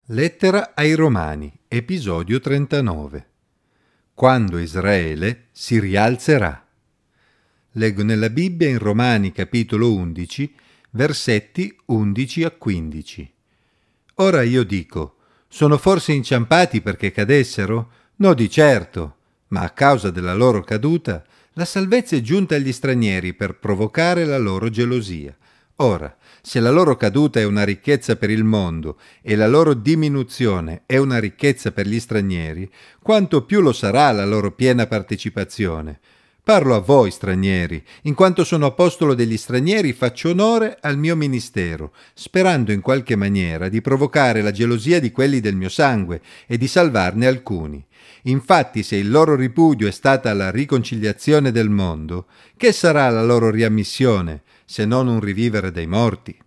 Lettera ai Romani, episodio 39. Quando Israele si rialzerà. Leggo nella Bibbia in Romani capitolo 11, versetti 11 a 15. Ora io dico, sono forse inciampati perché cadessero? No, di certo, ma a causa della loro caduta, la salvezza è giunta agli stranieri per provocare la loro gelosia. Ora, se la loro caduta è una ricchezza per il mondo e la loro diminuzione è una ricchezza per gli stranieri, quanto più lo sarà la loro piena partecipazione. Parlo a voi stranieri, in quanto sono apostolo degli stranieri faccio onore al mio ministero, sperando in qualche maniera di provocare la gelosia di quelli del mio sangue e di salvarne alcuni. Infatti, se il loro ripudio è stata la riconciliazione del mondo, che sarà la loro riammissione, se non un rivivere dei morti?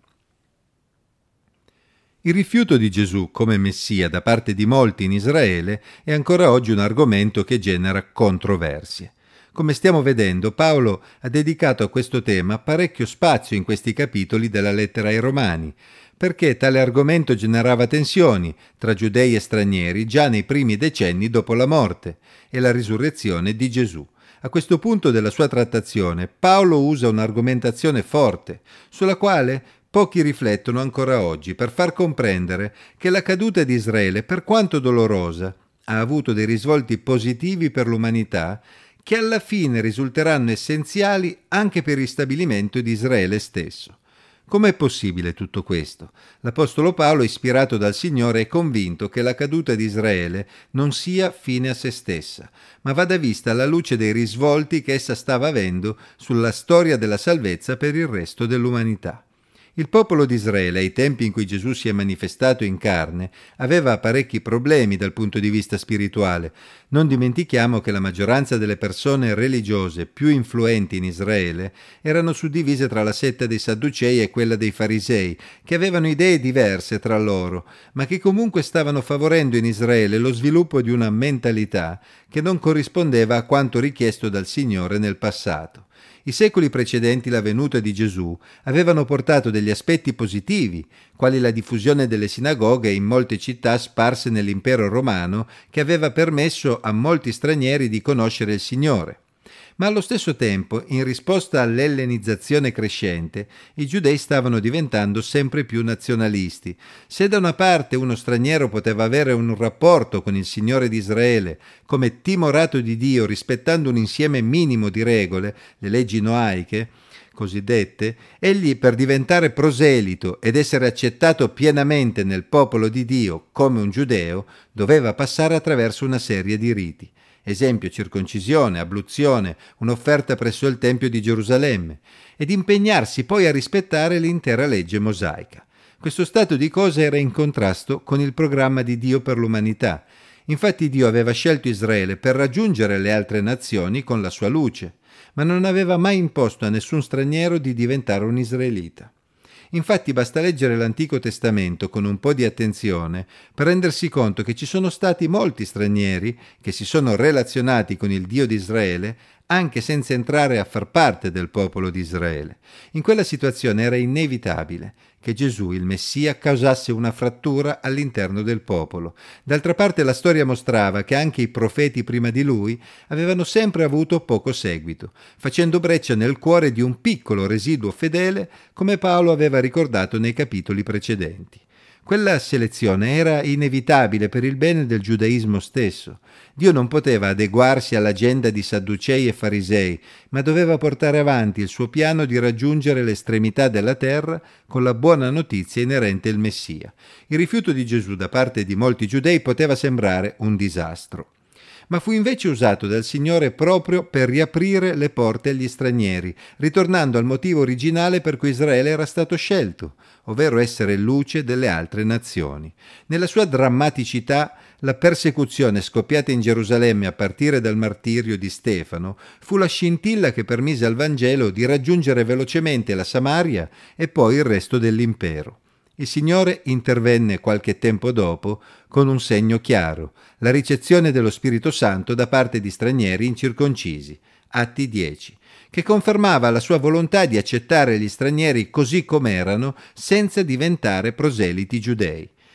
Il rifiuto di Gesù come Messia da parte di molti in Israele è ancora oggi un argomento che genera controversie. Come stiamo vedendo, Paolo ha dedicato a questo tema parecchio spazio in questi capitoli della lettera ai Romani, perché tale argomento generava tensioni tra giudei e stranieri già nei primi decenni dopo la morte e la risurrezione di Gesù. A questo punto della sua trattazione, Paolo usa un'argomentazione forte, sulla quale pochi riflettono ancora oggi, per far comprendere che la caduta di Israele, per quanto dolorosa, ha avuto dei risvolti positivi per l'umanità che alla fine risulteranno essenziali anche per il ristabilimento di Israele stesso. Com'è possibile tutto questo? L'Apostolo Paolo, ispirato dal Signore, è convinto che la caduta di Israele non sia fine a se stessa, ma vada vista alla luce dei risvolti che essa stava avendo sulla storia della salvezza per il resto dell'umanità. Il popolo di Israele, ai tempi in cui Gesù si è manifestato in carne, aveva parecchi problemi dal punto di vista spirituale. Non dimentichiamo che la maggioranza delle persone religiose più influenti in Israele erano suddivise tra la setta dei Sadducei e quella dei Farisei, che avevano idee diverse tra loro, ma che comunque stavano favorendo in Israele lo sviluppo di una mentalità che non corrispondeva a quanto richiesto dal Signore nel passato. I secoli precedenti la venuta di Gesù avevano portato degli aspetti positivi, quali la diffusione delle sinagoghe in molte città sparse nell'impero romano, che aveva permesso a molti stranieri di conoscere il Signore. Ma allo stesso tempo, in risposta all'ellenizzazione crescente, i giudei stavano diventando sempre più nazionalisti. Se da una parte uno straniero poteva avere un rapporto con il Signore di Israele come timorato di Dio, rispettando un insieme minimo di regole, le leggi noaiche cosiddette, egli, per diventare proselito ed essere accettato pienamente nel popolo di Dio come un giudeo, doveva passare attraverso una serie di riti. Esempio circoncisione, abluzione, un'offerta presso il Tempio di Gerusalemme, ed impegnarsi poi a rispettare l'intera legge mosaica. Questo stato di cose era in contrasto con il programma di Dio per l'umanità. Infatti Dio aveva scelto Israele per raggiungere le altre nazioni con la sua luce, ma non aveva mai imposto a nessun straniero di diventare un israelita. Infatti basta leggere l'Antico Testamento con un po' di attenzione per rendersi conto che ci sono stati molti stranieri che si sono relazionati con il Dio di Israele anche senza entrare a far parte del popolo di Israele. In quella situazione era inevitabile che Gesù, il Messia, causasse una frattura all'interno del popolo. D'altra parte la storia mostrava che anche i profeti prima di lui avevano sempre avuto poco seguito, facendo breccia nel cuore di un piccolo residuo fedele, come Paolo aveva ricordato nei capitoli precedenti. Quella selezione era inevitabile per il bene del giudaismo stesso. Dio non poteva adeguarsi all'agenda di Sadducei e Farisei, ma doveva portare avanti il suo piano di raggiungere l'estremità della terra con la buona notizia inerente al Messia. Il rifiuto di Gesù da parte di molti giudei poteva sembrare un disastro, ma fu invece usato dal Signore proprio per riaprire le porte agli stranieri, ritornando al motivo originale per cui Israele era stato scelto, ovvero essere luce delle altre nazioni. Nella sua drammaticità, la persecuzione scoppiata in Gerusalemme a partire dal martirio di Stefano fu la scintilla che permise al Vangelo di raggiungere velocemente la Samaria e poi il resto dell'impero. Il Signore intervenne qualche tempo dopo con un segno chiaro, la ricezione dello Spirito Santo da parte di stranieri incirconcisi, Atti 10, che confermava la sua volontà di accettare gli stranieri così com'erano senza diventare proseliti giudei.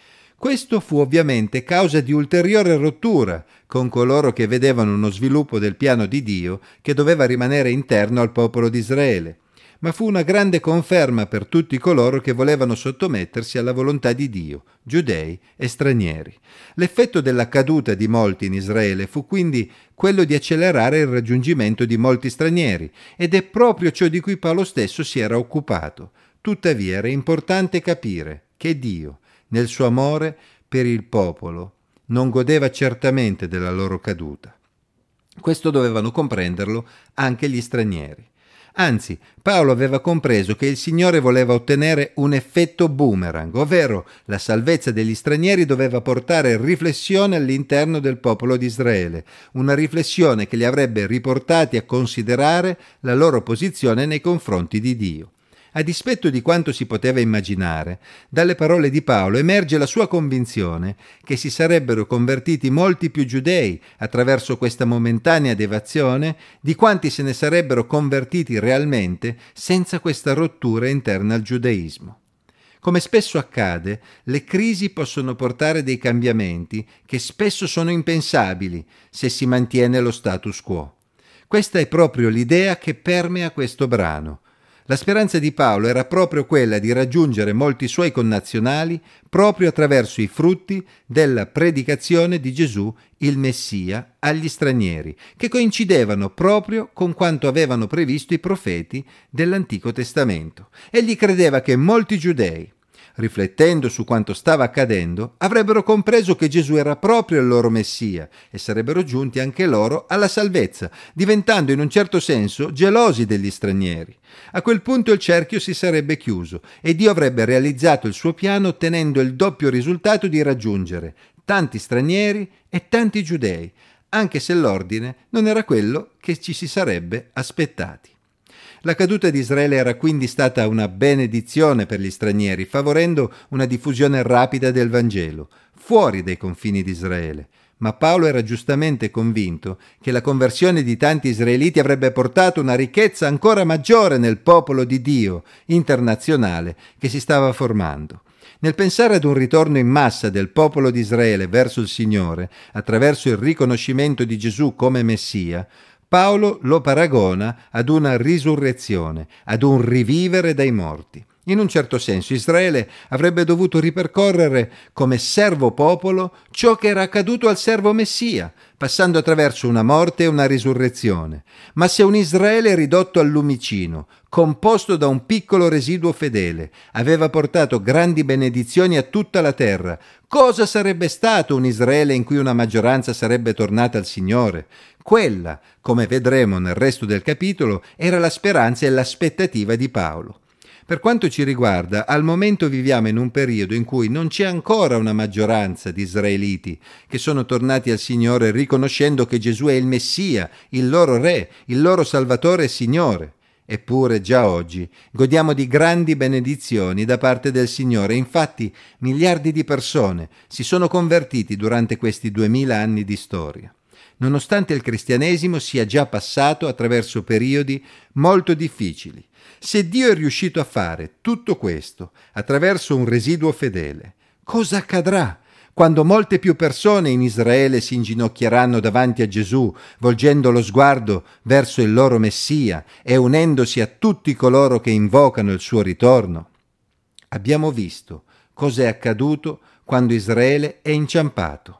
Questo fu ovviamente causa di ulteriore rottura con coloro che vedevano uno sviluppo del piano di Dio che doveva rimanere interno al popolo di Israele, ma fu una grande conferma per tutti coloro che volevano sottomettersi alla volontà di Dio, giudei e stranieri. L'effetto della caduta di molti in Israele fu quindi quello di accelerare il raggiungimento di molti stranieri, ed è proprio ciò di cui Paolo stesso si era occupato. Tuttavia era importante capire che Dio, nel suo amore per il popolo, non godeva certamente della loro caduta. Questo dovevano comprenderlo anche gli stranieri. Anzi, Paolo aveva compreso che il Signore voleva ottenere un effetto boomerang, ovvero la salvezza degli stranieri doveva portare riflessione all'interno del popolo di Israele, una riflessione che li avrebbe riportati a considerare la loro posizione nei confronti di Dio. A dispetto di quanto si poteva immaginare, dalle parole di Paolo emerge la sua convinzione che si sarebbero convertiti molti più giudei attraverso questa momentanea devazione di quanti se ne sarebbero convertiti realmente senza questa rottura interna al giudaismo. Come spesso accade, le crisi possono portare dei cambiamenti che spesso sono impensabili se si mantiene lo status quo. Questa è proprio l'idea che permea questo brano. La speranza di Paolo era proprio quella di raggiungere molti suoi connazionali proprio attraverso i frutti della predicazione di Gesù, il Messia, agli stranieri, che coincidevano proprio con quanto avevano previsto i profeti dell'Antico Testamento. Egli credeva che molti giudei, riflettendo su quanto stava accadendo, avrebbero compreso che Gesù era proprio il loro Messia e sarebbero giunti anche loro alla salvezza, diventando in un certo senso gelosi degli stranieri. A quel punto il cerchio si sarebbe chiuso e Dio avrebbe realizzato il suo piano ottenendo il doppio risultato di raggiungere tanti stranieri e tanti giudei, anche se l'ordine non era quello che ci si sarebbe aspettati. La caduta di Israele era quindi stata una benedizione per gli stranieri, favorendo una diffusione rapida del Vangelo, fuori dai confini di Israele. Ma Paolo era giustamente convinto che la conversione di tanti israeliti avrebbe portato una ricchezza ancora maggiore nel popolo di Dio internazionale che si stava formando. Nel pensare ad un ritorno in massa del popolo di Israele verso il Signore, attraverso il riconoscimento di Gesù come Messia, Paolo lo paragona ad una risurrezione, ad un rivivere dai morti. In un certo senso Israele avrebbe dovuto ripercorrere come servo popolo ciò che era accaduto al servo Messia, passando attraverso una morte e una risurrezione. Ma se un Israele ridotto al lumicino, composto da un piccolo residuo fedele, aveva portato grandi benedizioni a tutta la terra, cosa sarebbe stato un Israele in cui una maggioranza sarebbe tornata al Signore? Quella, come vedremo nel resto del capitolo, era la speranza e l'aspettativa di Paolo. Per quanto ci riguarda, al momento viviamo in un periodo in cui non c'è ancora una maggioranza di israeliti che sono tornati al Signore riconoscendo che Gesù è il Messia, il loro Re, il loro Salvatore e Signore. Eppure già oggi godiamo di grandi benedizioni da parte del Signore. Infatti miliardi di persone si sono convertiti durante questi 2000 anni di storia. Nonostante il cristianesimo sia già passato attraverso periodi molto difficili. Se Dio è riuscito a fare tutto questo attraverso un residuo fedele, cosa accadrà quando molte più persone in Israele si inginocchieranno davanti a Gesù, volgendo lo sguardo verso il loro Messia e unendosi a tutti coloro che invocano il suo ritorno? Abbiamo visto cosa è accaduto quando Israele è inciampato.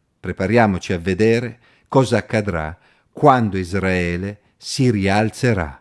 Prepariamoci a vedere cosa accadrà quando Israele si rialzerà.